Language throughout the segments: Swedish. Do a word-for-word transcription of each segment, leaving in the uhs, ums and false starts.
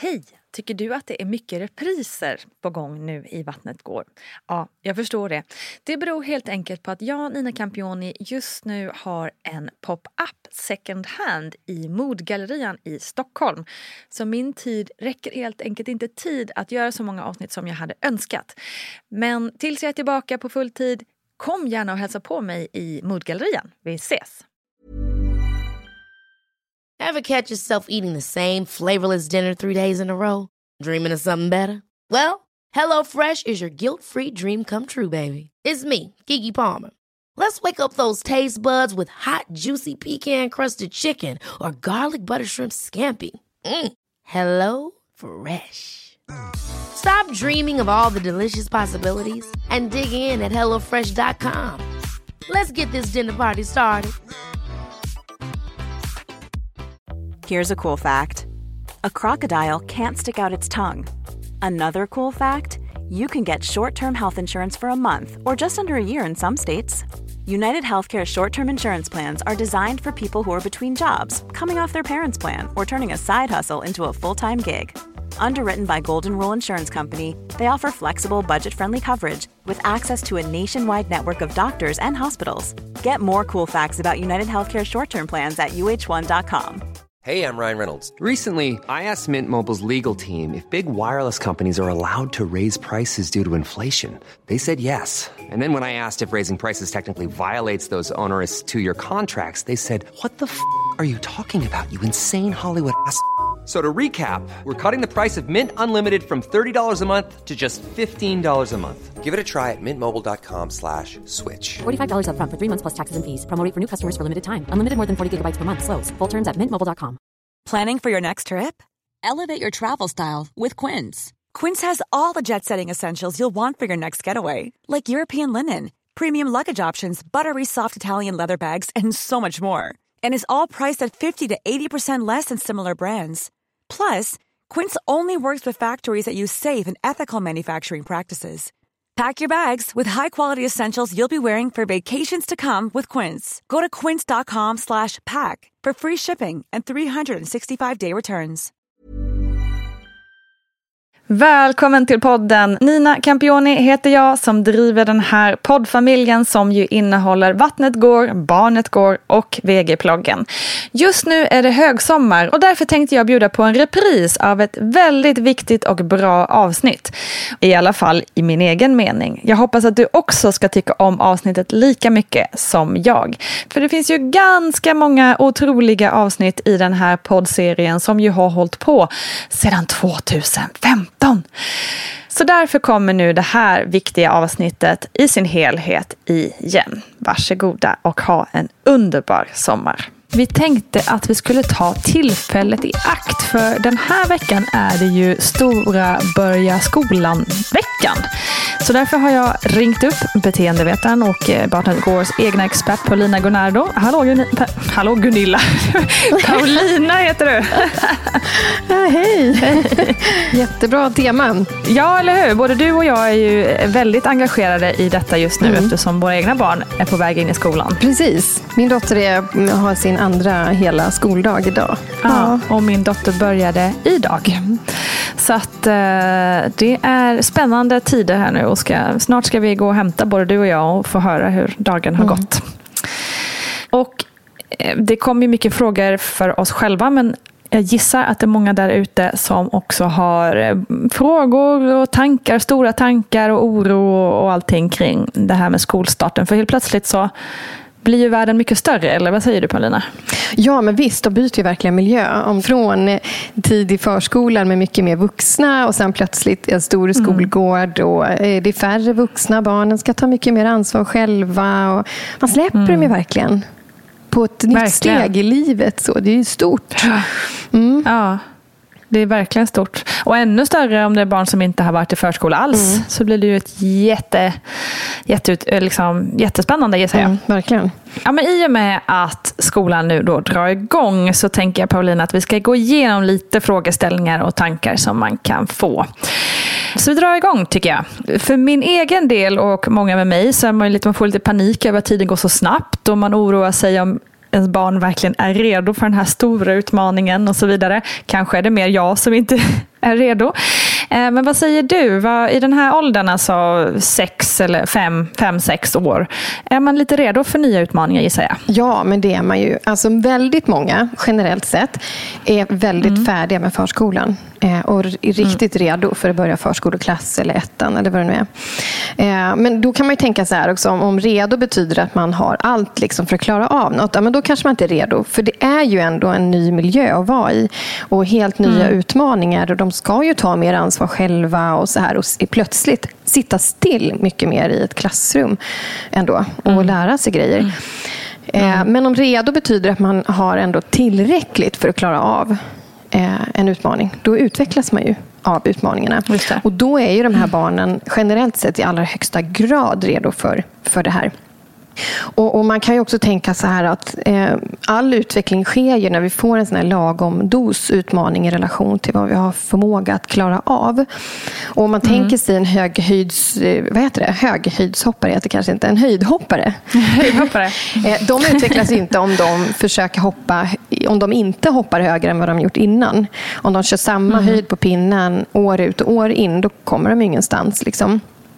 Hej! Tycker du att det är mycket repriser på gång nu i Vattnet går? Ja, jag förstår det. Det beror helt enkelt på att jag, Nina Campioni, just nu har en pop-up second hand i Modgallerian i Stockholm. Så min tid räcker helt enkelt inte tid att göra så många avsnitt som jag hade önskat. Men tills jag är tillbaka på full tid, kom gärna och hälsa på mig i Modgallerian. Vi ses! Ever catch yourself eating the same flavorless dinner three days in a row? Dreaming of something better? Well, HelloFresh is your guilt-free dream come true, baby. It's me, Keke Palmer. Let's wake up those taste buds with hot, juicy pecan-crusted chicken or garlic butter shrimp scampi. Mm. Hello Fresh. Stop dreaming of all the delicious possibilities and dig in at hello fresh dot com. Let's get this dinner party started. Here's a cool fact. A crocodile can't stick out its tongue. Another cool fact, you can get short-term health insurance for a month or just under a year in some states. United Healthcare short-term insurance plans are designed for people who are between jobs, coming off their parents' plan, or turning a side hustle into a full-time gig. Underwritten by Golden Rule Insurance Company, they offer flexible, budget-friendly coverage with access to a nationwide network of doctors and hospitals. Get more cool facts about United Healthcare short-term plans at U H one dot com. Hey, I'm Ryan Reynolds. Recently, I asked Mint Mobile's legal team if big wireless companies are allowed to raise prices due to inflation. They said yes. And then when I asked if raising prices technically violates those onerous two-year contracts, they said, what the f*** are you talking about, you insane Hollywood ass f- So to recap, we're cutting the price of Mint Unlimited from thirty dollars a month to just fifteen dollars a month. Give it a try at mintmobile.com slash switch. forty-five dollars up front for three months plus taxes and fees. Promo rate for new customers for limited time. Unlimited more than forty gigabytes per month. Slows full terms at mint mobile dot com. Planning for your next trip? Elevate your travel style with Quince. Quince has all the jet-setting essentials you'll want for your next getaway, like European linen, premium luggage options, buttery soft Italian leather bags, and so much more. And is all priced at fifty to eighty percent less than similar brands. Plus, Quince only works with factories that use safe and ethical manufacturing practices. Pack your bags with high-quality essentials you'll be wearing for vacations to come with Quince. Go to quince.com slash pack for free shipping and three sixty-five day returns. Välkommen till podden. Nina Campioni heter jag som driver den här poddfamiljen som ju innehåller Vattnet går, Barnet går och V G-ploggen. Just nu är det högsommar och därför tänkte jag bjuda på en repris av ett väldigt viktigt och bra avsnitt. I alla fall i min egen mening. Jag hoppas att du också ska tycka om avsnittet lika mycket som jag. För det finns ju ganska många otroliga avsnitt i den här poddserien som ju har hållit på sedan tjugohundrafemton. Så därför kommer nu det här viktiga avsnittet i sin helhet igen. Varsågoda och ha en underbar sommar. Vi tänkte att vi skulle ta tillfället i akt för den här veckan är det ju stora börja skolan-veckan. Så därför har jag ringt upp beteendevetaren och Vattnet Gårs egna expert Paulina Gunnardo. Hallå, Gun- Hallå Gunilla. Paulina heter du. Ja, hej. Jättebra teman. Ja, eller hur? Både du och jag är ju väldigt engagerade i detta just nu mm. eftersom våra egna barn är på väg in i skolan. Precis. Min dotter är, har sin andra hela skoldag idag. Ja, och min dotter började idag. Mm. Så att eh, det är spännande tider här nu och ska, snart ska vi gå och hämta både du och jag och få höra hur dagen har mm. gått. Och eh, det kommer ju mycket frågor för oss själva, men jag gissar att det är många där ute som också har eh, frågor och tankar, stora tankar och oro och allting kring det här med skolstarten. För helt plötsligt så blir ju världen mycket större, eller vad säger du, Paulina? Ja, men visst, då byter ju verkligen miljö. Om från tid i förskolan med mycket mer vuxna och sen plötsligt en stor skolgård och det är färre vuxna, barnen ska ta mycket mer ansvar själva och man släpper mm. dem ju verkligen på ett nytt verkligen. steg i livet. Så det är ju stort. Mm. Ja. Det är verkligen stort. Och ännu större om det är barn som inte har varit i förskola alls. Mm. Så blir det ju ett jätte, jätte, liksom, jättespännande, gissar jag. Mm, verkligen. Ja, men i och med att skolan nu då drar igång så tänker jag, Paulina, att vi ska gå igenom lite frågeställningar och tankar som man kan få. Så vi drar igång, tycker jag. För min egen del och många med mig så är man, lite, man får lite panik över att tiden går så snabbt och man oroar sig om ens barn verkligen är redo för den här stora utmaningen och så vidare. Kanske är det mer jag som inte är redo. Eh, men vad säger du? Vad, i den här åldern, alltså sex eller fem, fem, sex år, är man lite redo för nya utmaningar, gissar jag? Ja, men det är man ju. Alltså väldigt många, generellt sett, är väldigt mm. färdiga med förskolan. Eh, och är riktigt mm. redo för att börja förskoleklass eller ettan eller vad det nu är. Eh, men då kan man ju tänka så här också, om, om redo betyder att man har allt liksom för att klara av något, ja, men då kanske man inte är redo. För det är ju ändå en ny miljö att vara i och helt nya mm. utmaningar, och de ska ju ta mer ansvar själva och så här, och plötsligt sitta still mycket mer i ett klassrum ändå och mm. lära sig grejer. Mm. Eh, men om redo betyder att man har ändå tillräckligt för att klara av eh, en utmaning, då utvecklas man ju av utmaningarna. Och då är ju de här barnen generellt sett i allra högsta grad redo för, för det här. Och, och man kan ju också tänka så här att eh, all utveckling sker ju när vi får en sån här lagom dos utmaning i relation till vad vi har förmåga att klara av. Och om man mm. tänker sig en höghöjds, vad heter det? Höghöjdshoppare heter kanske inte, en höjdhoppare. Höjdhoppare. eh, de utvecklas inte om de försöker hoppa, om de inte hoppar högre än vad de gjort innan. Om de kör samma mm. höjd på pinnen år ut och år in, då kommer de ingenstans liksom.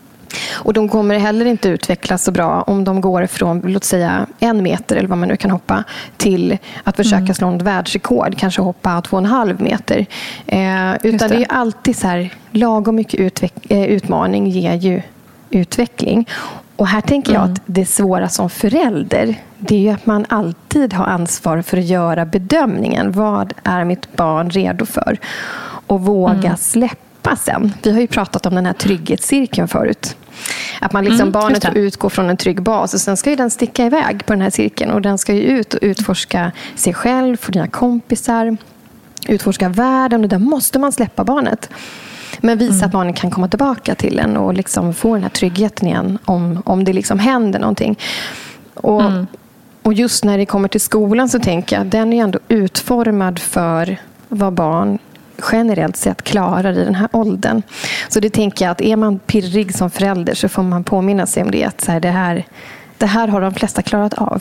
Och de kommer heller inte utvecklas så bra om de går från, låt säga, en meter eller vad man nu kan hoppa till att försöka mm. slå en världsrekord, kanske hoppa två och en halv meter. Eh, utan det. det är alltid så här, lagom mycket utveck- eh, utmaning ger ju utveckling. Och här tänker jag mm. att det svåra som förälder, det är ju att man alltid har ansvar för att göra bedömningen. Vad är mitt barn redo för? Och våga mm. släppa sen. Vi har ju pratat om den här trygghetscirkeln förut. Att man liksom, mm, barnet utgår från en trygg bas och sen ska ju den sticka iväg på den här cirkeln, och den ska ju ut och utforska sig själv, få dina kompisar, utforska världen, och där måste man släppa barnet. Men visa mm. att barnet kan komma tillbaka till en och liksom få den här tryggheten igen om, om det liksom händer någonting. Och, mm. och just när det kommer till skolan så tänker jag att den är ändå utformad för vad barn generellt sett klarar i den här åldern. Så det tänker jag att är man pirrig som förälder så får man påminna sig om det. Att så här, det, här, det här har de flesta klarat av.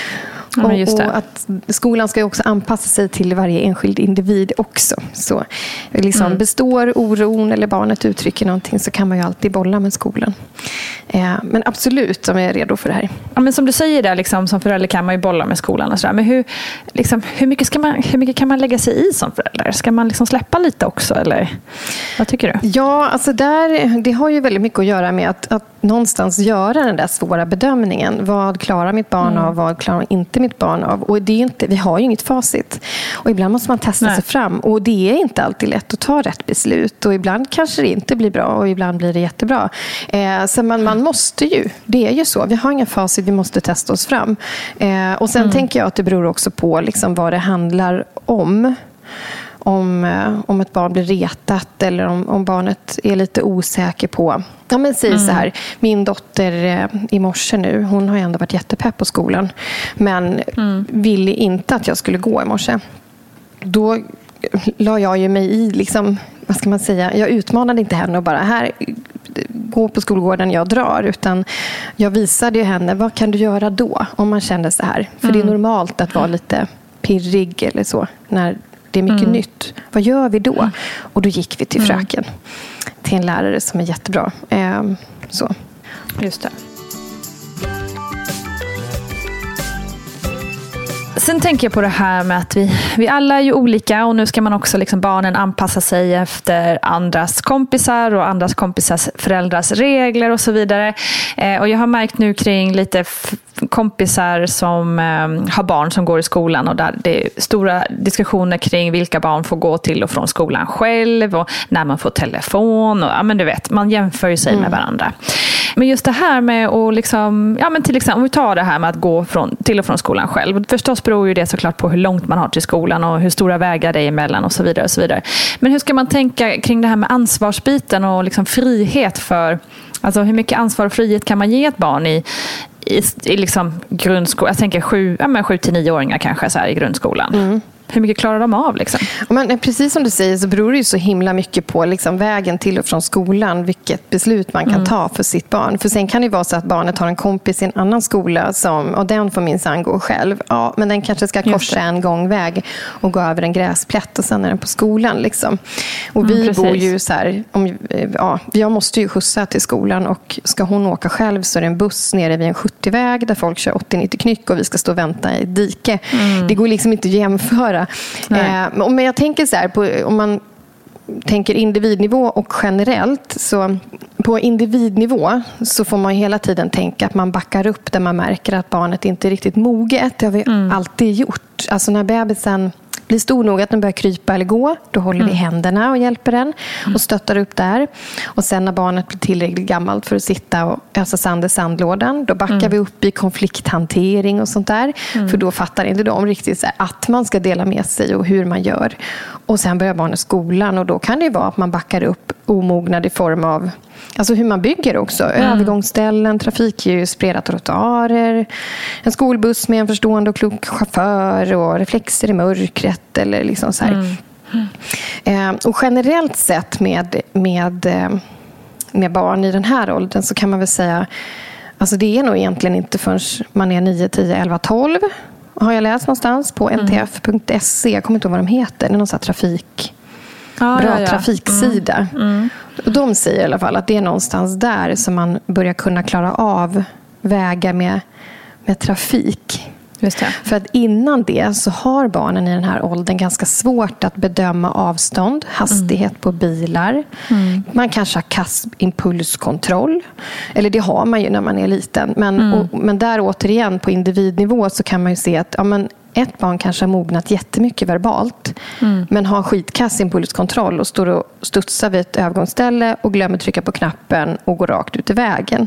Ja, och, och att skolan ska ju också anpassa sig till varje enskild individ också. Så liksom mm. består oron eller barnet uttrycker någonting, så kan man ju alltid bolla med skolan. Eh, men absolut, de är redo för det här. Ja, men som du säger där, liksom, som förälder kan man ju bolla med skolan och sådär. Men hur, liksom, hur, mycket ska man, hur mycket kan man lägga sig i som förälder? Ska man liksom släppa lite också, eller vad tycker du? Ja, alltså där, det har ju väldigt mycket att göra med att, att någonstans göra den där svåra bedömningen. Vad klarar mitt barn mm. av, vad klarar inte mitt barn av? Och det är inte, vi har ju inget facit. Och ibland måste man testa Nej. sig fram. Och det är inte alltid lätt att ta rätt beslut. Och ibland kanske det inte blir bra, och ibland blir det jättebra. Eh, så man, man måste ju, det är ju så. Vi har inga facit, vi måste testa oss fram. Eh, och sen mm. tänker jag att det beror också på liksom vad det handlar om. Om, om ett barn blir retat, eller om, om barnet är lite osäker på. Ja, men säg mm. så här, min dotter eh, i morse nu, hon har ju ändå varit jättepepp på skolan, men mm. ville inte att jag skulle gå i morse. Då la jag ju mig i, liksom, vad ska man säga, jag utmanade inte henne och bara här, gå på skolgården, jag drar, utan jag visade ju henne, vad kan du göra då om man känner så här? För mm. det är normalt att vara lite pirrig eller så när det är mycket mm. nytt. Vad gör vi då? Och då gick vi till fröken. Mm. Till en lärare som är jättebra. Eh, så. Just det. Sen tänker jag på det här med att vi, vi alla är ju olika, och nu ska man också liksom barnen anpassa sig efter andras kompisar och andras kompisars föräldrars regler och så vidare. Eh, och jag har märkt nu kring lite f- kompisar som eh, har barn som går i skolan, och där det är stora diskussioner kring vilka barn får gå till och från skolan själv och när man får telefon och ja, men du vet, man jämför ju sig mm. med varandra. Men just det här med att liksom, ja men till exempel om vi tar det här med att gå från, till och från skolan själv. Förstås beror ju det såklart på hur långt man har till skolan och hur stora vägar det är emellan och så vidare och så vidare. Men hur ska man tänka kring det här med ansvarsbiten och liksom frihet för, alltså hur mycket ansvar och frihet kan man ge ett barn i, i, i liksom grundskolan? Jag tänker sju, ja men sju till nioåringar kanske så här i grundskolan. Mm. hur mycket klarar de av liksom? Men precis som du säger så beror det ju så himla mycket på liksom vägen till och från skolan, vilket beslut man kan mm. ta för sitt barn. För sen kan det ju vara så att barnet har en kompis i en annan skola som, och den får minsann gå själv. Ja, men den kanske ska korsa en gångväg och gå över en gräsplätt och sen är den på skolan liksom. Och vi mm, bor ju så här, om, ja, jag måste ju skjutsa till skolan och ska hon åka själv så är det en buss nere vid en sjuttio-väg där folk kör åttio nittio knyck och vi ska stå och vänta i dike. Mm. Det går liksom inte att jämföra. Eh, men jag tänker så här, på, om man tänker individnivå och generellt, så på individnivå så får man hela tiden tänka att man backar upp där man märker att barnet inte är riktigt moget. Det har vi mm. alltid gjort. Alltså när bebisen blir stor nog att den börjar krypa eller gå, då håller mm. vi händerna och hjälper den och stöttar upp där. Och sen när barnet blir tillräckligt gammalt för att sitta och ösa sand i sandlådan, då backar mm. vi upp i konflikthantering och sånt där. Mm. För då fattar inte de riktigt så här, att man ska dela med sig och hur man gör. Och sen börjar barnet skolan och då kan det ju vara att man backar upp omognad i form av alltså hur man bygger också. Mm. Övergångsställen, trafikljus, breda trottoarer, en skolbuss med en förstående och klok chaufför och reflexer i mörkret eller liksom så här. Mm. Mm. Eh, och generellt sett med, med, med barn i den här åldern så kan man väl säga, alltså det är nog egentligen inte förrän man är nio, tio, elva, tolv har jag läst någonstans på n t f punkt s e. Jag kommer inte ihåg vad de heter. Det är någon sån här trafik Ah, bra ja, ja. trafiksida. Mm. Mm. Och de säger i alla fall att det är någonstans där som man börjar kunna klara av vägar med, med trafik. Just det. För att innan det så har barnen i den här åldern ganska svårt att bedöma avstånd, hastighet mm. på bilar. Mm. Man kanske har kass impulskontroll. Eller det har man ju när man är liten. Men, mm. och, men där återigen på individnivå så kan man ju se att ja, men ett barn kanske har mognat jättemycket verbalt mm. men har skitkass impulskontroll och står och studsar vid ett övergångsställe och glömmer trycka på knappen och går rakt ut i vägen.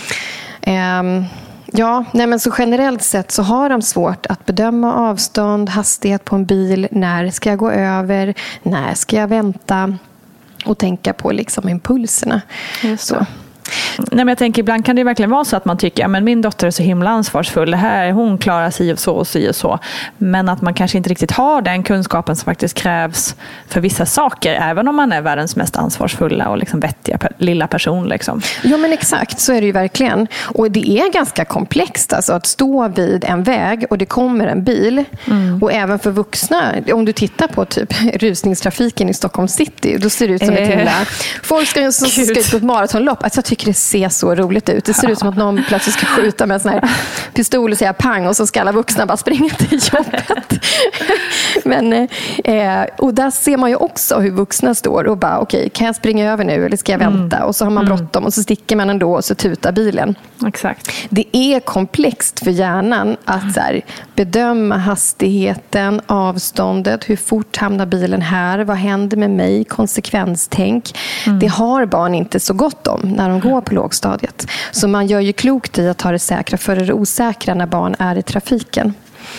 Mm. Um, ja, nej men så generellt sett så har de svårt att bedöma avstånd, hastighet på en bil, när ska jag gå över, när ska jag vänta och tänka på liksom impulserna. Just så. Nej, men jag tänker, ibland kan det verkligen vara så att man tycker, ja, men min dotter är så himla ansvarsfull, det här, hon klarar sig och så och så och så, men att man kanske inte riktigt har den kunskapen som faktiskt krävs för vissa saker, även om man är världens mest ansvarsfulla och liksom vettiga lilla person liksom. Ja, men exakt, så är det ju verkligen. Och det är ganska komplext alltså, att stå vid en väg och det kommer en bil mm. och även för vuxna, om du tittar på typ rusningstrafiken i Stockholm city, då ser det ut som ett himla folk ska, som ska ut på ett maratonlopp. Alltså, jag tycker det ser så roligt ut. Det ser ut som att någon plötsligt ska skjuta med en sån här pistol och säga pang och så ska alla vuxna bara springa till jobbet. Men, eh, och där ser man ju också hur vuxna står och bara okej, okay, kan jag springa över nu eller ska jag vänta? Mm. Och så har man bråttom och så sticker man ändå och så tutar bilen. Exakt. Det är komplext för hjärnan att så här, bedöma hastigheten, avståndet, hur fort hamnar bilen här, vad händer med mig, konsekvenstänk. Mm. Det har barn inte så gott om när de går på lågstadiet. Så man gör ju klokt i att ta det säkra för det osäkra när barn är i trafiken.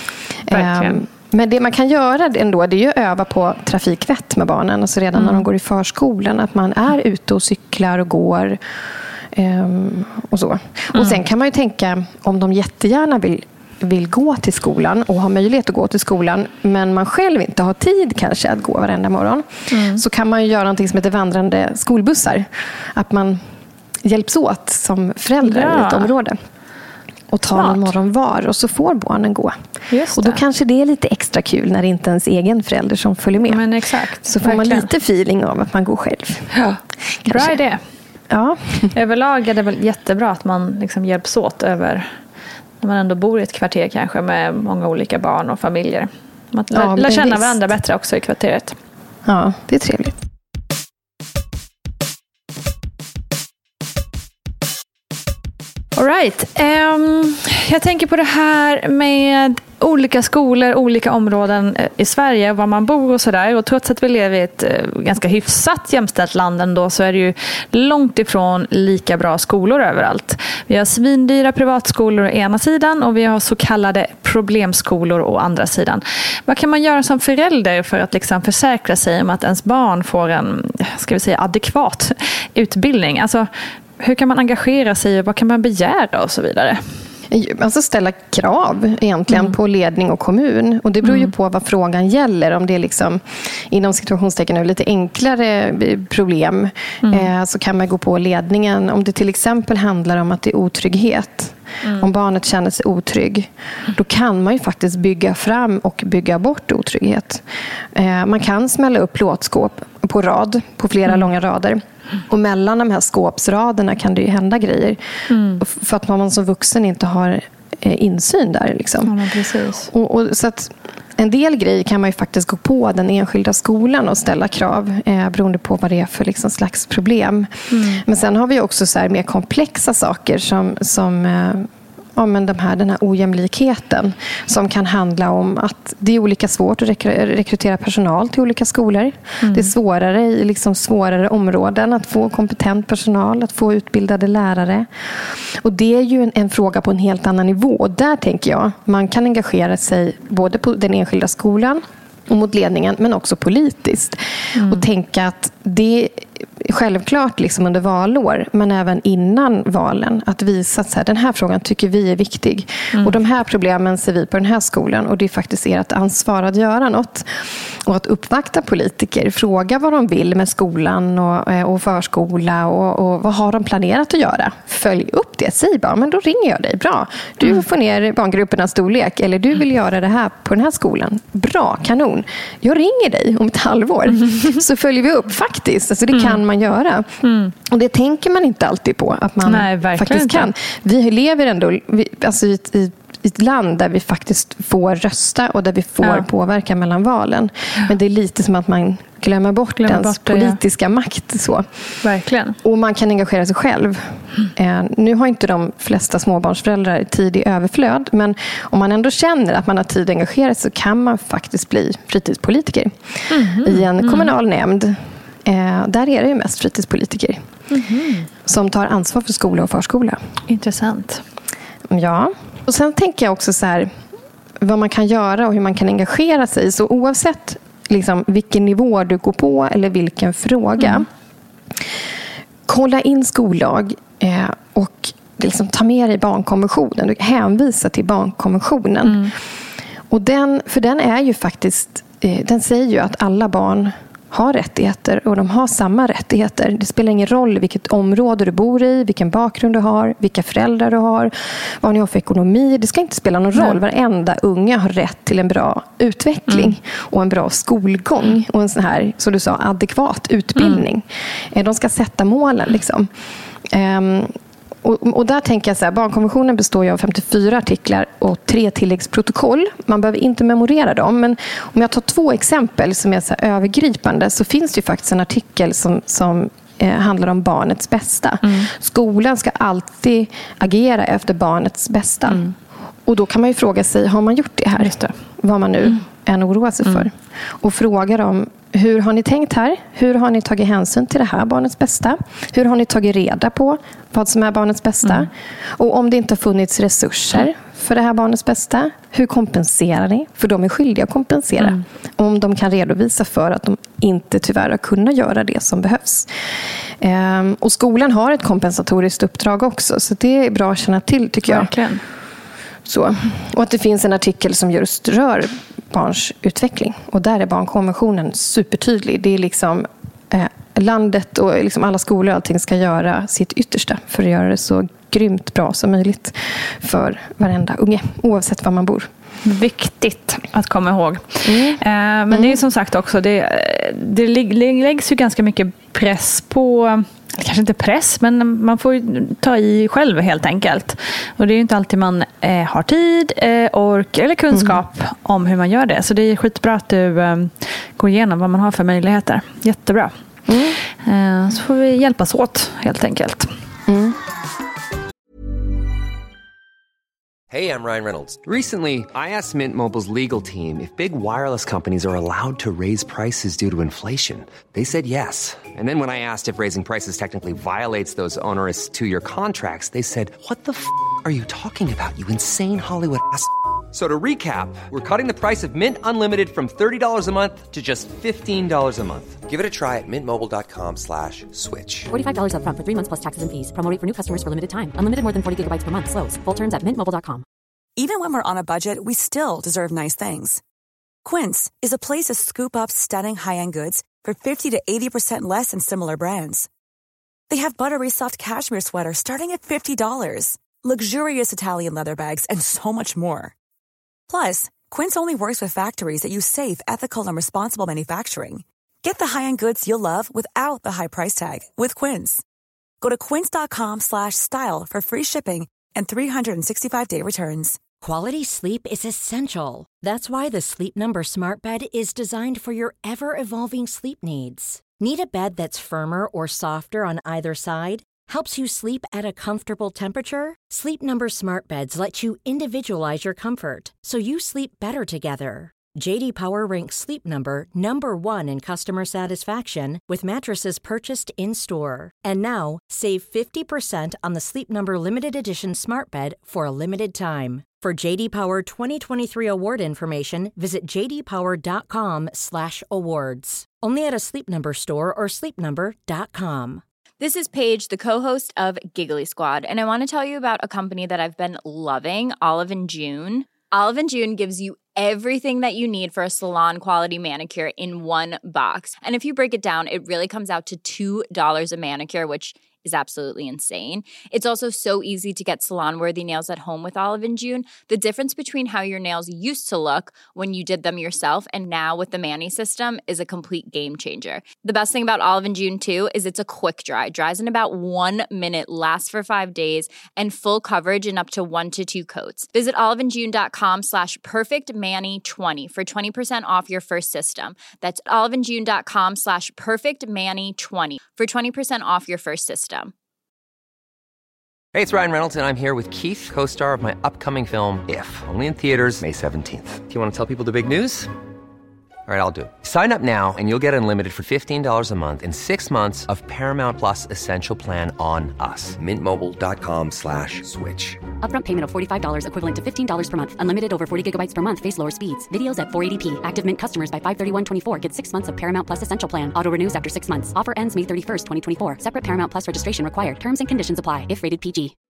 Um, men det man kan göra ändå, det är ju att öva på trafikvett med barnen. Alltså redan mm. när de går i förskolan, att man är ute och cyklar och går um, och så. Mm. Och sen kan man ju tänka, om de jättegärna vill vill gå till skolan och har möjlighet att gå till skolan men man själv inte har tid kanske att gå varenda morgon mm. så kan man ju göra någonting som heter vandrande skolbussar. Att man hjälps åt som föräldrar ja. i ett område och tar någon morgon var och så får barnen gå. Just och då det. kanske det är lite extra kul när det inte är ens egen förälder som följer med. Men exakt. Så får Verkligen. man lite feeling av att man går själv. Ja. Bra idé. Ja. Överlag är det väl jättebra att man liksom hjälps åt över när man ändå bor i ett kvarter kanske med många olika barn och familjer. Man lär, ja, lär känna visst. varandra bättre också i kvarteret. Ja, det är trevligt. All right. Um, jag tänker på det här med olika skolor, olika områden i Sverige, var man bor och sådär. Och trots att vi lever i ett ganska hyfsat jämställt land ändå, så är det ju långt ifrån lika bra skolor överallt. Vi har svindyra privatskolor å ena sidan och vi har så kallade problemskolor å andra sidan. Vad kan man göra som förälder för att liksom försäkra sig om att ens barn får en, ska vi säga, adekvat utbildning? Alltså, hur kan man engagera sig och vad kan man begära och så vidare? Alltså ställa krav egentligen mm. på ledning och kommun. Och det beror ju mm. på vad frågan gäller. Om det är liksom, inom situationstecken nu, lite enklare problem mm. eh, så kan man gå på ledningen. Om det till exempel handlar om att det är otrygghet. Mm. Om barnet känner sig otrygg, då kan man ju faktiskt bygga fram och bygga bort otrygghet. Eh, man kan smälla upp plåtskåp på rad, på flera mm. långa rader. Och mellan de här skåpsraderna kan det ju hända grejer. Mm. För att man som vuxen inte har eh, insyn där. Liksom. Ja, precis. Och, och, så att en del grejer kan man ju faktiskt gå på den enskilda skolan och ställa krav eh, beroende på vad det är för liksom, slags problem. Mm. Men sen har vi också så här mer komplexa saker som, som eh, ja, men de här, den här ojämlikheten som kan handla om att det är olika svårt att rekry- rekrytera personal till olika skolor. Mm. Det är svårare i liksom svårare områden att få kompetent personal, att få utbildade lärare. Och det är ju en, en fråga på en helt annan nivå. Och där tänker jag, man kan engagera sig både på den enskilda skolan och mot ledningen, men också politiskt. Mm. Och tänka att det är självklart liksom under valår, men även innan valen, att visa att så här, den här frågan tycker vi är viktig. Mm. Och de här problemen ser vi på den här skolan, och det är faktiskt ert ansvar att göra något. Och att uppvakta politiker, fråga vad de vill med skolan och, och förskola och, och vad har de planerat att göra. Följ upp det, säg bara, men då ringer jag dig. Bra, du mm. får ner barngruppernas storlek, eller du vill göra det här på den här skolan. Bra, kanon. Jag ringer dig om ett halvår. Mm. Så följer vi upp faktiskt. Alltså det mm. kan man göra. Mm. Och det tänker man inte alltid på att man Nej, faktiskt inte. kan. Vi lever ändå vi, alltså i, i i ett land där vi faktiskt får rösta och där vi får ja. påverka mellan valen. Men det är lite som att man glömmer bort glömmer ens bort det, politiska ja. makt. Så. Verkligen. Och man kan engagera sig själv. Mm. Eh, nu har inte de flesta småbarnsföräldrar tid i överflöd, men om man ändå känner att man har tid att engagera sig så kan man faktiskt bli fritidspolitiker. Mm. I en kommunal mm. nämnd. Eh, där är det ju mest fritidspolitiker mm. som tar ansvar för skola och förskola. Intressant. Ja. Och sen tänker jag också så här, vad man kan göra och hur man kan engagera sig. Så oavsett liksom, vilken nivå du går på eller vilken fråga. Mm. Kolla in skollag eh, och liksom, ta med dig barnkonventionen. Du hänvisa till barnkonventionen. Mm. Och den, för den är ju faktiskt, eh, den säger ju att alla barn har rättigheter och de har samma rättigheter. Det spelar ingen roll vilket område du bor i, vilken bakgrund du har, vilka föräldrar du har, vad ni har för ekonomi. Det ska inte spela någon roll. Varenda unga har rätt till en bra utveckling mm. och en bra skolgång och en sån här, som du sa, adekvat utbildning. Mm. De ska sätta målen liksom. Um, Och, och där tänker jag så här, barnkonventionen består ju av femtiofyra artiklar och tre tilläggsprotokoll. Man behöver inte memorera dem, men om jag tar två exempel som är så här övergripande, så finns det ju faktiskt en artikel som, som eh, handlar om barnets bästa. Mm. Skolan ska alltid agera efter barnets bästa. Mm. Och då kan man ju fråga sig, har man gjort det här? Just det. Vad man nu mm. än oroar sig mm. för. Och fråga dem, hur har ni tänkt här? Hur har ni tagit hänsyn till det här barnets bästa? Hur har ni tagit reda på vad som är barnets bästa? Mm. Och om det inte har funnits resurser för det här barnets bästa, hur kompenserar ni? För de är skyldiga att kompensera. Mm. Om de kan redovisa för att de inte tyvärr har kunnat göra det som behövs. Ehm, och skolan har ett kompensatoriskt uppdrag också. Så det är bra att känna till, tycker jag. Verkligen. Så. Och att det finns en artikel som just rör barns utveckling. Och där är barnkonventionen supertydlig. Det är liksom eh, landet och liksom alla skolor och allting ska göra sitt yttersta för att göra det så grymt bra som möjligt för varenda unge, oavsett var man bor. Viktigt att komma ihåg. Mm. Eh, men mm. det är som sagt också, det, det läggs ju ganska mycket press på, kanske inte press, men man får ju ta i själv helt enkelt. Och det är ju inte alltid man eh, har tid, eh, ork eller kunskap mm. om hur man gör det. Så det är skitbra att du eh, går igenom vad man har för möjligheter. Jättebra. Mm. Eh, så får vi hjälpas åt helt enkelt. Mm. Hey, I'm Ryan Reynolds. Recently, I asked Mint Mobile's legal team if big wireless companies are allowed to raise prices due to inflation. They said yes. And then when I asked if raising prices technically violates those onerous two-year contracts, they said, "What the f*** are you talking about, you insane Hollywood ass f- So to recap, we're cutting the price of Mint Unlimited from thirty dollars a month to just fifteen dollars a month. Give it a try at mintmobile.com slash switch. forty-five dollars up front for three months plus taxes and fees. Promo rate for new customers for limited time. Unlimited more than forty gigabytes per month. Slows full terms at mint mobile dot com. Even when we're on a budget, we still deserve nice things. Quince is a place to scoop up stunning high-end goods for fifty to eighty percent less than similar brands. They have buttery soft cashmere sweaters starting at fifty dollars, luxurious Italian leather bags, and so much more. Plus, Quince only works with factories that use safe, ethical, and responsible manufacturing. Get the high-end goods you'll love without the high price tag with Quince. Go to quince.com slash style for free shipping and three sixty-five day returns. Quality sleep is essential. That's why the Sleep Number Smart Bed is designed for your ever-evolving sleep needs. Need a bed that's firmer or softer on either side? Helps you sleep at a comfortable temperature? Sleep Number Smart Beds let you individualize your comfort, so you sleep better together. J D Power ranks Sleep Number number one in customer satisfaction with mattresses purchased in-store. And now, save fifty percent on the Sleep Number Limited Edition Smart Bed for a limited time. For J D Power twenty twenty-three award information, visit j d power dot com slash awards. Only at a Sleep Number store or sleep number dot com. This is Paige, the co-host of Giggly Squad, and I want to tell you about a company that I've been loving, Olive and June. Olive and June gives you everything that you need for a salon-quality manicure in one box. And if you break it down, it really comes out to two dollars a manicure, which is absolutely insane. It's also so easy to get salon-worthy nails at home with Olive and June. The difference between how your nails used to look when you did them yourself and now with the Mani system is a complete game changer. The best thing about Olive and June, too, is it's a quick dry. Dries in about one minute, lasts for five days, and full coverage in up to one to two coats. Visit oliveandjune.com slash perfectmani20 for twenty percent off your first system. That's oliveandjune.com slash perfectmani20 for twenty percent off your first system. Hey, it's Ryan Reynolds, and I'm here with Keith, co-star of my upcoming film, If, only in theaters May seventeenth. Do you want to tell people the big news? All right, I'll do it. Sign up now and you'll get unlimited for fifteen dollars a month and six months of Paramount Plus Essential Plan on us. Mintmobile.com slash switch. Upfront payment of forty-five dollars equivalent to fifteen dollars per month. Unlimited over forty gigabytes per month. Face lower speeds. Videos at four eighty p. Active Mint customers by five thirty-one twenty-four get six months of Paramount Plus Essential Plan. Auto renews after six months. Offer ends May thirty-first, twenty twenty-four. Separate Paramount Plus registration required. Terms and conditions apply if rated P G.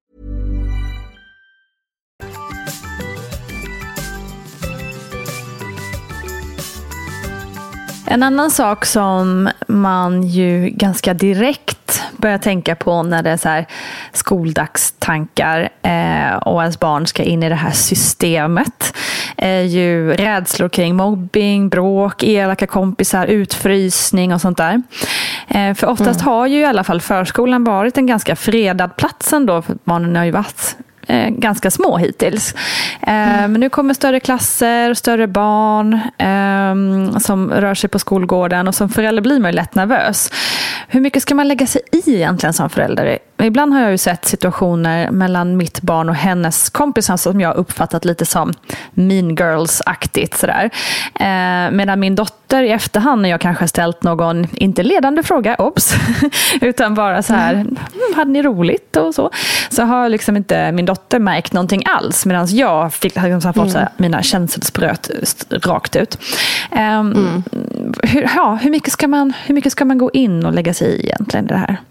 En annan sak som man ju ganska direkt börjar tänka på när det är så här skoldagstankar eh, och ens barn ska in i det här systemet är ju rädslor kring mobbing, bråk, elaka kompisar, utfrysning och sånt där. Eh, för oftast mm. har ju i alla fall förskolan varit en ganska fredad plats ändå, för barnen har ju varit Eh, ganska små hittills. Eh, mm. Men nu kommer större klasser och större barn eh, som rör sig på skolgården, och som förälder blir man ju lätt nervös. Hur mycket ska man lägga sig i egentligen som förälder? Ibland har jag ju sett situationer mellan mitt barn och hennes kompisar som jag uppfattat lite som mean girls-aktigt sådär. Eh, medan min dotter i efterhand, när jag kanske ställt någon, inte ledande fråga, obs, utan bara så här, mm, hade ni roligt och så, så har liksom inte min dotter märkt någonting alls, medan jag fick liksom fått så här, mina känselspröt rakt ut. Eh, mm. hur, ja, hur, mycket ska man, hur mycket ska man gå in och lägga sig i egentligen det här?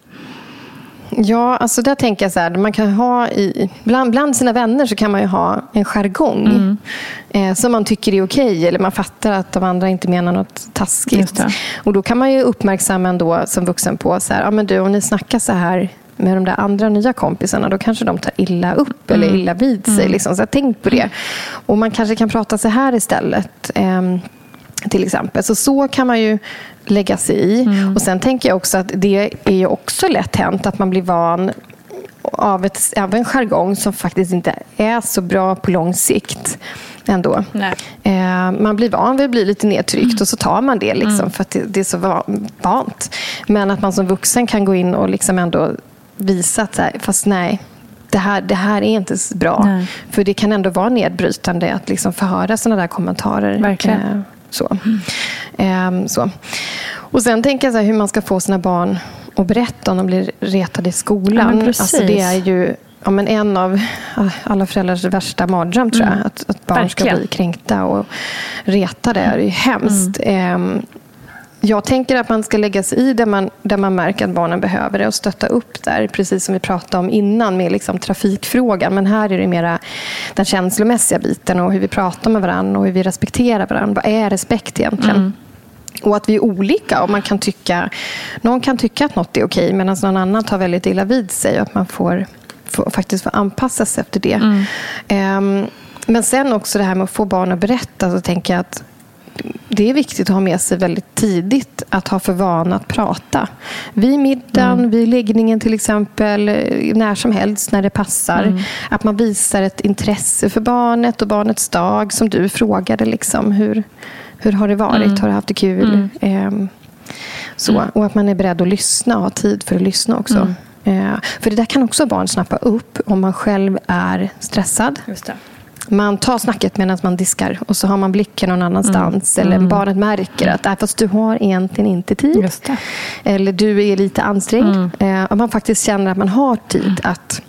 Ja, alltså där tänker jag så här, man kan ha i, bland, bland sina vänner så kan man ju ha en jargong mm. eh, som man tycker är okej, eller man fattar att de andra inte menar något taskigt. Och då kan man ju uppmärksamma ändå som vuxen på så här, ja men du, om ni snackar så här med de där andra nya kompisarna, då kanske de tar illa upp mm. eller illa vid sig. Mm. Liksom. Så tänk på det. Och man kanske kan prata så här istället. Eh, till exempel. Så så kan man ju lägga sig i. Mm. Och sen tänker jag också att det är ju också lätt hänt att man blir van av, ett, av en jargong som faktiskt inte är så bra på lång sikt ändå. Eh, man blir van vid att bli lite nedtryckt mm. och så tar man det liksom, mm. för att det, det är så vant. Men att man som vuxen kan gå in och liksom ändå visa att här, fast nej, det här, det här är inte så bra. Nej. För det kan ändå vara nedbrytande att liksom få höra sådana där kommentarer. Verkligen. Eh, så. Mm. Eh, så. Och sen tänker jag så här, hur man ska få sina barn att berätta om de blir retade i skolan. Ja, alltså det är ju ja, men en av alla föräldrars värsta mardröm, tror jag. Mm. Att, att barn Verkligen. ska bli kränkta och retade. Det är hemskt. Mm. Jag tänker att man ska lägga sig i där man, där man märker att barnen behöver det och stötta upp där, precis som vi pratade om innan med liksom trafikfrågan. Men här är det mera den känslomässiga biten och hur vi pratar med varandra och hur vi respekterar varandra. Vad är respekt egentligen? Mm. Och att vi är olika och man kan tycka, någon kan tycka att något är okej medan någon annan tar väldigt illa vid sig och att man får, får faktiskt får anpassa sig efter det. Mm. Um, men sen också det här med att få barn att berätta, så tänker jag att det är viktigt att ha med sig väldigt tidigt att ha för vana att prata. Vid middagen, mm. vid läggningen till exempel, när som helst när det passar. Mm. Att man visar ett intresse för barnet och barnets dag, som du frågade liksom, hur, hur har det varit? Mm. Har du haft det kul? Mm. Eh, så. Mm. Och att man är beredd att lyssna och ha tid för att lyssna också. Mm. Eh, för det där kan också barn snappa upp om man själv är stressad. Just det. Man tar snacket medan man diskar och så har man blicken någon annanstans. Mm. Eller mm. barnet märker att äh, fast du har egentligen inte tid. Just det. Eller du är lite ansträngd. Mm. Och man faktiskt känner att man har tid mm. att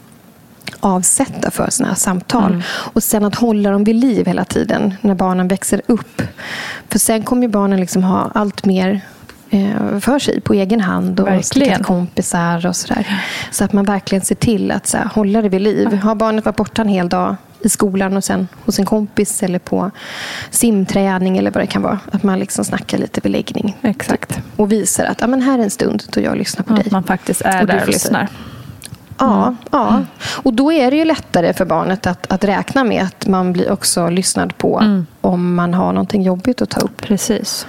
avsätta för såna här samtal. Mm. Och sen att hålla dem vid liv hela tiden när barnen växer upp. För sen kommer ju barnen liksom ha allt mer för sig på egen hand och sticka kompisar och sådär. Så att man verkligen ser till att så här, hålla det vid liv. Har barnet varit borta en hel dag i skolan och sen hos en kompis eller på simträning eller vad det kan vara. Att man liksom snackar lite beläggning. Exakt. Och visar att ja, men här är en stund då jag lyssnar på ja, dig. Att man faktiskt är och där och lyssnar. Ja, mm. ja. Och då är det ju lättare för barnet att, att räkna med att man blir också lyssnad på mm. om man har någonting jobbigt att ta upp. Precis.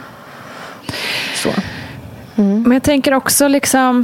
Så. Mm. Men jag tänker också liksom,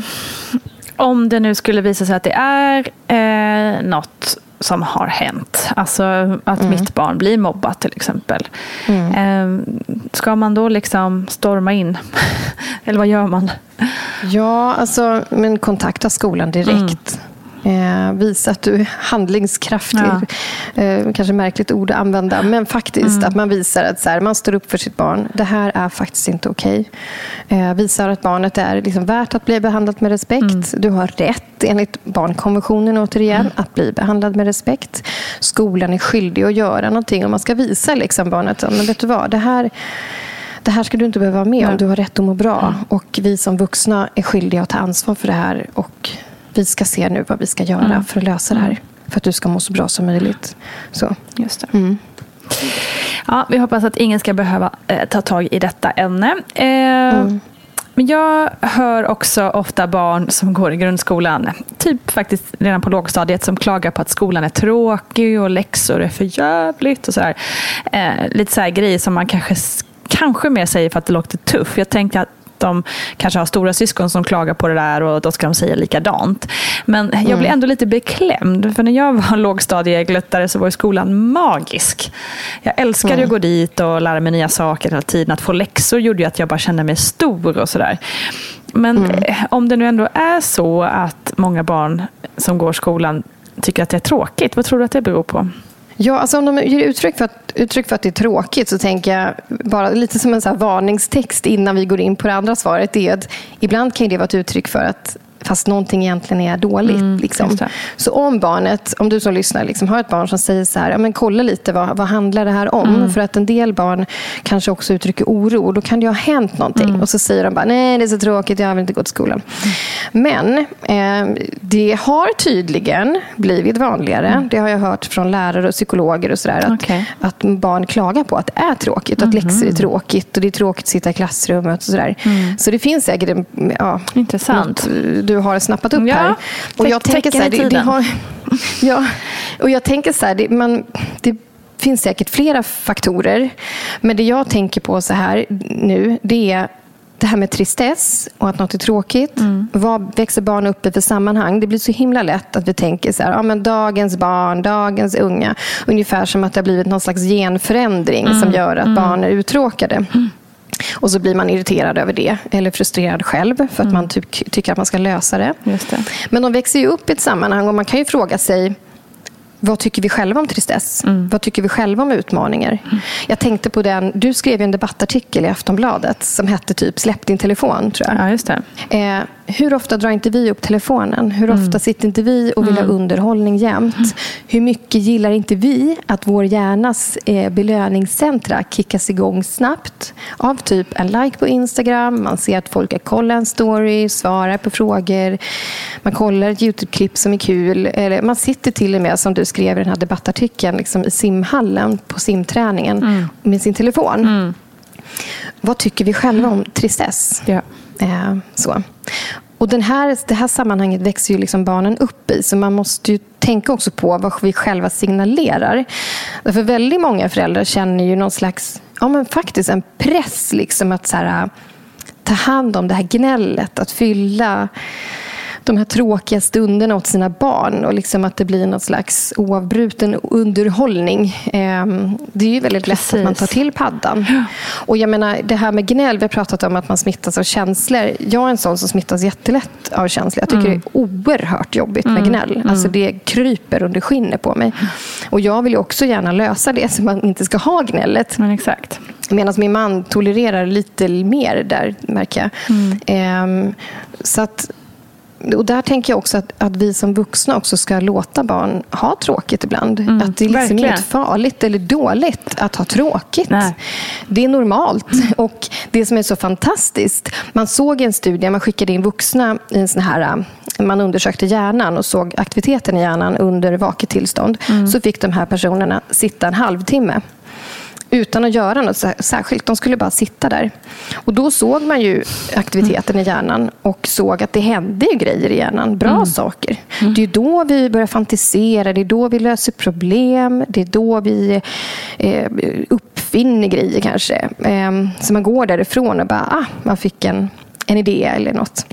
om det nu skulle visa sig att det är eh, något som har hänt. Alltså att mm. mitt barn blir mobbat till exempel. Mm. Eh, ska man då liksom storma in? Eller vad gör man? Ja, alltså men kontakta skolan direkt. Mm. Eh, visa att du är handlingskraftig. Ja. Eh, kanske märkligt ord att använda. Men faktiskt mm. att man visar att så här, man står upp för sitt barn. Det här är faktiskt inte okej. Eh, visar att barnet är liksom värt att bli behandlat med respekt. Mm. Du har rätt enligt barnkonventionen återigen mm. att bli behandlad med respekt. Skolan är skyldig att göra någonting. Och man ska visa liksom barnet. Men vet du vad, det här... Det här ska du inte behöva vara med om. Ja. Du har rätt att må bra. Mm. Och vi som vuxna är skyldiga att ta ansvar för det här. Och vi ska se nu vad vi ska göra mm. för att lösa det här. För att du ska må så bra som möjligt. Så. Just det. Mm. Ja, vi hoppas att ingen ska behöva eh, ta tag i detta ämne. Eh, mm. Men jag hör också ofta barn som går i grundskolan, typ faktiskt redan på lågstadiet, som klagar på att skolan är tråkig och läxor är för jävligt och sådär. Eh, lite så här grejer som man kanske kanske mer säger för att det låter tuff. Jag tänkte att de kanske har stora syskon som klagar på det där och då ska de säga likadant. Men jag mm. blir ändå lite beklämd, för när jag var lågstadiegluttare så var skolan magisk. Jag älskade mm. att gå dit och lära mig nya saker hela tiden. Att få läxor gjorde ju att jag bara kände mig stor och sådär. Men mm. om det nu ändå är så att många barn som går skolan tycker att det är tråkigt, vad tror du att det beror på? Ja, alltså om de ger uttryck för, att, uttryck för att det är tråkigt, så tänker jag bara lite som en så här varningstext innan vi går in på det andra svaret, är att ibland kan det vara ett uttryck för att fast någonting egentligen är dåligt. Mm, liksom. Så om barnet, om du som lyssnar liksom, har ett barn som säger så här, ja, men kolla lite, vad, vad handlar det här om? Mm. För att en del barn kanske också uttrycker oro, och då kan det ha hänt någonting. Mm. Och så säger de bara, nej det är så tråkigt, jag har väl inte gått till skolan. Mm. Men eh, det har tydligen blivit vanligare. Mm. Det har jag hört från lärare och psykologer och sådär, att, okay. att barn klagar på att det är tråkigt, mm. att läxor är tråkigt och det är tråkigt att sitta i klassrummet och sådär. Mm. Så det finns säkert en, ja, intressant. Något, du har snappat upp ja, här. Och jag tänker så här, det, det har, ja, och jag tänker så här, det, man, det finns säkert flera faktorer. Men det jag tänker på så här nu, det är det här med tristess och att något är tråkigt. Mm. Vad växer barn upp i för sammanhang? Det blir så himla lätt att vi tänker så här, ja, men dagens barn, dagens unga. Ungefär som att det har blivit någon slags genförändring mm. som gör att mm. barn är uttråkade. Mm. Och så blir man irriterad över det. Eller frustrerad själv. För att mm. man typ tycker att man ska lösa det. Just det. Men de växer ju upp i ett sammanhang. Och man kan ju fråga sig, vad tycker vi själva om tristess? Mm. Vad tycker vi själva om utmaningar? Mm. Jag tänkte på den. Du skrev en debattartikel i Aftonbladet. Som hette typ Släpp din telefon, tror jag. Ja, just det. Eh, hur ofta drar inte vi upp telefonen? Hur ofta mm. sitter inte vi och vill mm. ha underhållning jämt? Mm. Hur mycket gillar inte vi att vår hjärnas eh, belöningscentra kickas igång snabbt av typ en like på Instagram, man ser att folk har kollat en story, svarar på frågor, man kollar ett YouTube-klipp som är kul, eller man sitter till och med, som du skrev i den här debattartikeln, liksom i simhallen på simträningen mm. med sin telefon. Mm. Vad tycker vi själva om tristess? Ja. Eh, så. Och den här, det här sammanhanget växer ju liksom barnen upp i, så man måste ju tänka också på vad vi själva signalerar. För väldigt många föräldrar känner ju någon slags, ja men faktiskt en press liksom att så här, ta hand om det här gnället, att fylla de här tråkiga stunderna åt sina barn och liksom att det blir någon slags oavbruten underhållning. Det är ju väldigt lätt Precis. Att man tar till paddan. Och jag menar, det här med gnäll, vi har pratat om att man smittas av känslor. Jag är en sån som smittas jättelätt av känslor. Jag tycker mm. det är oerhört jobbigt med mm. gnäll. Alltså det kryper under skinnet på mig. Och jag vill ju också gärna lösa det så man inte ska ha gnället. Men exakt. Medan min man tolererar lite mer där, märker jag. Mm. Så att och där tänker jag också att, att vi som vuxna också ska låta barn ha tråkigt ibland. Mm, att det är liksom inte farligt eller dåligt att ha tråkigt. Nej. Det är normalt. Mm. Och det som är så fantastiskt, man såg en studie, man skickade in vuxna i en sån här, man undersökte hjärnan och såg aktiviteten i hjärnan under vaket tillstånd. Mm. Så fick de här personerna sitta en halvtimme utan att göra något särskilt. De skulle bara sitta där. Och då såg man ju aktiviteten mm. i hjärnan och såg att det hände ju grejer i hjärnan. Bra mm. saker. Mm. Det är då vi börjar fantisera. Det är då vi löser problem. Det är då vi eh, uppfinner grejer kanske. Eh, så man går därifrån och bara, ah, man fick en, en idé eller något.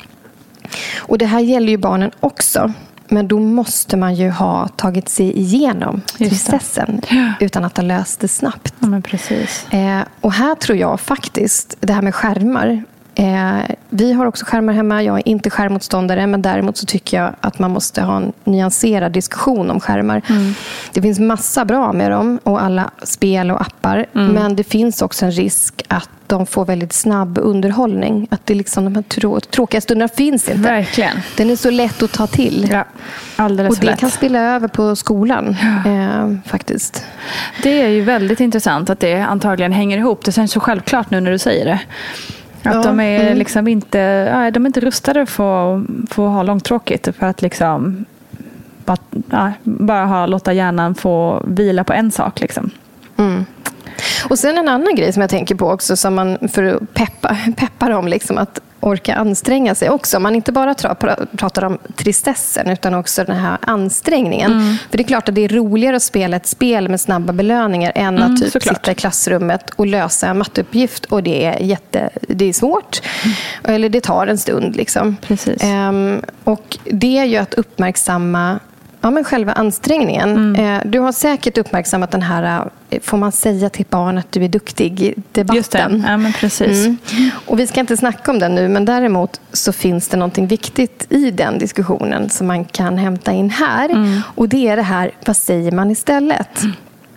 Och det här gäller ju barnen också. Men då måste man ju ha tagit sig igenom processen utan att ha löst det snabbt. Ja, men precis. Eh, och här tror jag faktiskt, det här med skärmar. Eh, vi har också skärmar hemma. Jag är inte skärmmotståndare, men däremot så tycker jag att man måste ha en nyanserad diskussion om skärmar. Mm. Det finns massa bra med dem och alla spel och appar. Mm. Men det finns också en risk att de får väldigt snabb underhållning. Att det liksom, de här trå- tråkiga stunderna finns inte. Verkligen. Den är så lätt att ta till. Ja, alldeles och det lätt. Kan spilla över på skolan ja. eh, faktiskt. Det är ju väldigt intressant att det antagligen hänger ihop. Det känns så självklart nu när du säger det. Att ja, de är mm. liksom inte, ja, de är inte rustade för att, för att ha långtråkigt. För att liksom bara, ja, bara ha, låta hjärnan få vila på en sak. Liksom. Mm. Och sen en annan grej som jag tänker på också, som man för att peppa, peppa dem liksom, att orka anstränga sig också. Man inte bara tra- pratar om tristessen utan också den här ansträngningen. Mm. För det är klart att det är roligare att spela ett spel med snabba belöningar än mm, att typ sitta i klassrummet och lösa en matteuppgift, och det är jätte, det är svårt. Mm. Eller det tar en stund liksom. Precis. Um, och det är ju att uppmärksamma ja, men själva ansträngningen. Mm. Du har säkert uppmärksammat den här, får man säga till barn att du är duktig i debatten. Just det, ja men precis. Mm. Och vi ska inte snacka om den nu, men däremot så finns det någonting viktigt i den diskussionen som man kan hämta in här. Mm. Och det är det här, vad säger man istället? Mm.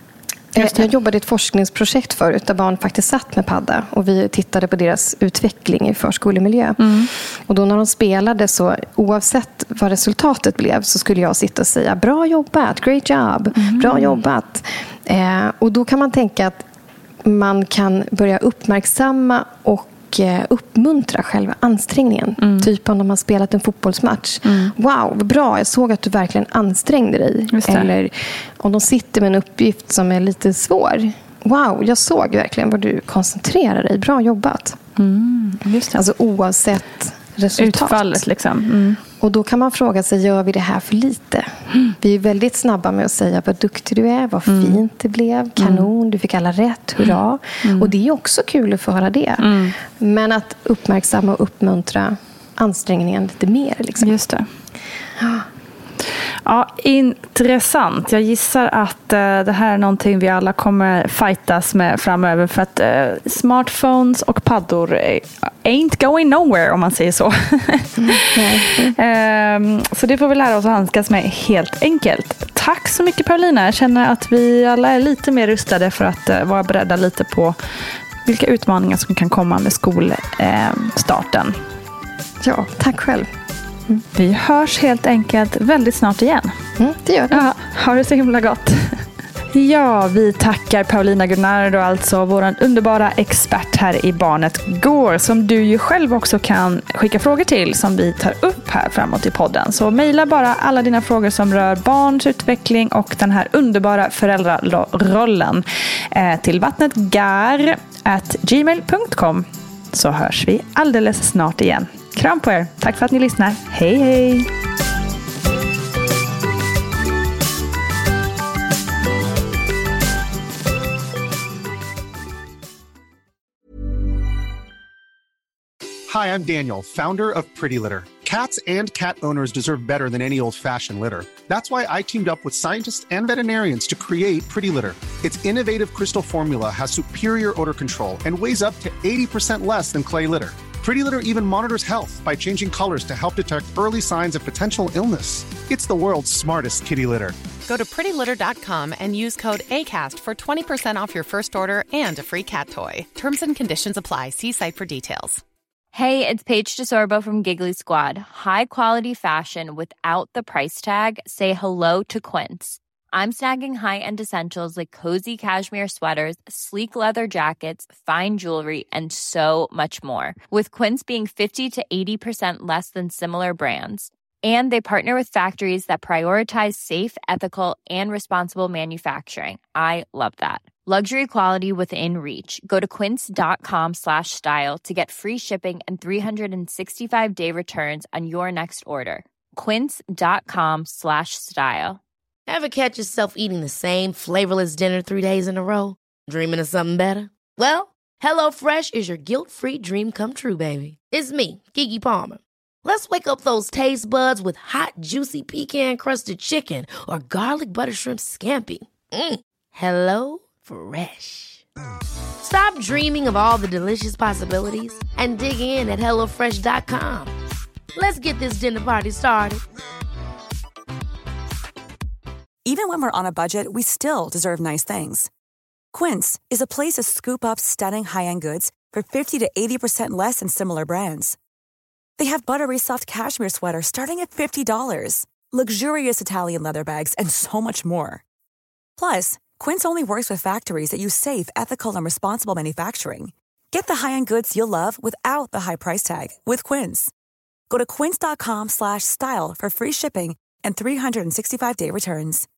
Jag jobbade i ett forskningsprojekt förut där barn faktiskt satt med padda och vi tittade på deras utveckling i förskolemiljö. Mm. Och då när de spelade, så oavsett vad resultatet blev, så skulle jag sitta och säga bra jobbat, great job, mm. bra jobbat. Eh, och då kan man tänka att man kan börja uppmärksamma och uppmuntra själva ansträngningen. Mm. Typ om de har spelat en fotbollsmatch. Mm. Wow, vad bra. Jag såg att du verkligen ansträngde dig. Eller om de sitter med en uppgift som är lite svår. Wow, jag såg verkligen vad du koncentrerar dig. Bra jobbat. Mm. Just det. Alltså oavsett resultat. Utfallet liksom. Mm. Och då kan man fråga sig, gör vi det här för lite? Mm. Vi är väldigt snabba med att säga vad duktig du är, vad mm. fint det blev, kanon, mm. du fick alla rätt, hurra. Mm. Och det är också kul att få höra det. Mm. Men att uppmärksamma och uppmuntra ansträngningen lite mer. Liksom. Just det. Ja, intressant. Jag gissar att uh, det här är någonting vi alla kommer fightas med framöver, för att uh, smartphones och paddor uh, ain't going nowhere, om man säger så. mm. um, så det får vi lära oss att handskas med helt enkelt. Tack så mycket, Paulina. Jag känner att vi alla är lite mer rustade för att uh, vara beredda lite på vilka utmaningar som kan komma med skolstarten. Uh, Ja, tack själv. Mm. Vi hörs helt enkelt väldigt snart igen. Mm, det gör vi. Ja, ha det så himla gott. Ja, vi tackar Paulina Gunnardo, alltså vår underbara expert här i Barnet Går, som du ju själv också kan skicka frågor till som vi tar upp här framåt i podden. Så mejla bara alla dina frågor som rör barns utveckling och den här underbara föräldrarollen eh, till vattnetgar at gmail punkt com, så hörs vi alldeles snart igen. Kram på er. Tack för att ni lyssnar. Hej hej! Hi, I'm Daniel, founder of Pretty Litter. Cats and cat owners deserve better than any old-fashioned litter. That's why I teamed up with scientists and veterinarians to create Pretty Litter. Its innovative crystal formula has superior odor control and weighs up to eighty percent less than clay litter. Pretty Litter even monitors health by changing colors to help detect early signs of potential illness. It's the world's smartest kitty litter. Go to pretty litter dot com and use code ACAST for twenty percent off your first order and a free cat toy. Terms and conditions apply. See site for details. Hey, it's Paige DeSorbo from Giggly Squad. High quality fashion without the price tag. Say hello to Quince. I'm snagging high-end essentials like cozy cashmere sweaters, sleek leather jackets, fine jewelry, and so much more. With Quince being fifty to eighty percent less than similar brands. And they partner with factories that prioritize safe, ethical, and responsible manufacturing. I love that. Luxury quality within reach. Go to quince.com slash style to get free shipping and three sixty-five day returns on your next order. Quince.com slash style. Ever catch yourself eating the same flavorless dinner three days in a row? Dreaming of something better? Well, HelloFresh is your guilt-free dream come true, baby. It's me, Keke Palmer. Let's wake up those taste buds with hot, juicy pecan-crusted chicken or garlic butter shrimp scampi. Mm. Hello Fresh. Stop dreaming of all the delicious possibilities and dig in at hello fresh dot com. Let's get this dinner party started. Even when we're on a budget, we still deserve nice things. Quince is a place to scoop up stunning high-end goods for fifty to eighty percent less than similar brands. They have buttery soft cashmere sweaters starting at fifty dollars, luxurious Italian leather bags, and so much more. Plus, Quince only works with factories that use safe, ethical, and responsible manufacturing. Get the high-end goods you'll love without the high price tag with Quince. Go to quince.com slash style for free shipping and three sixty-five day returns.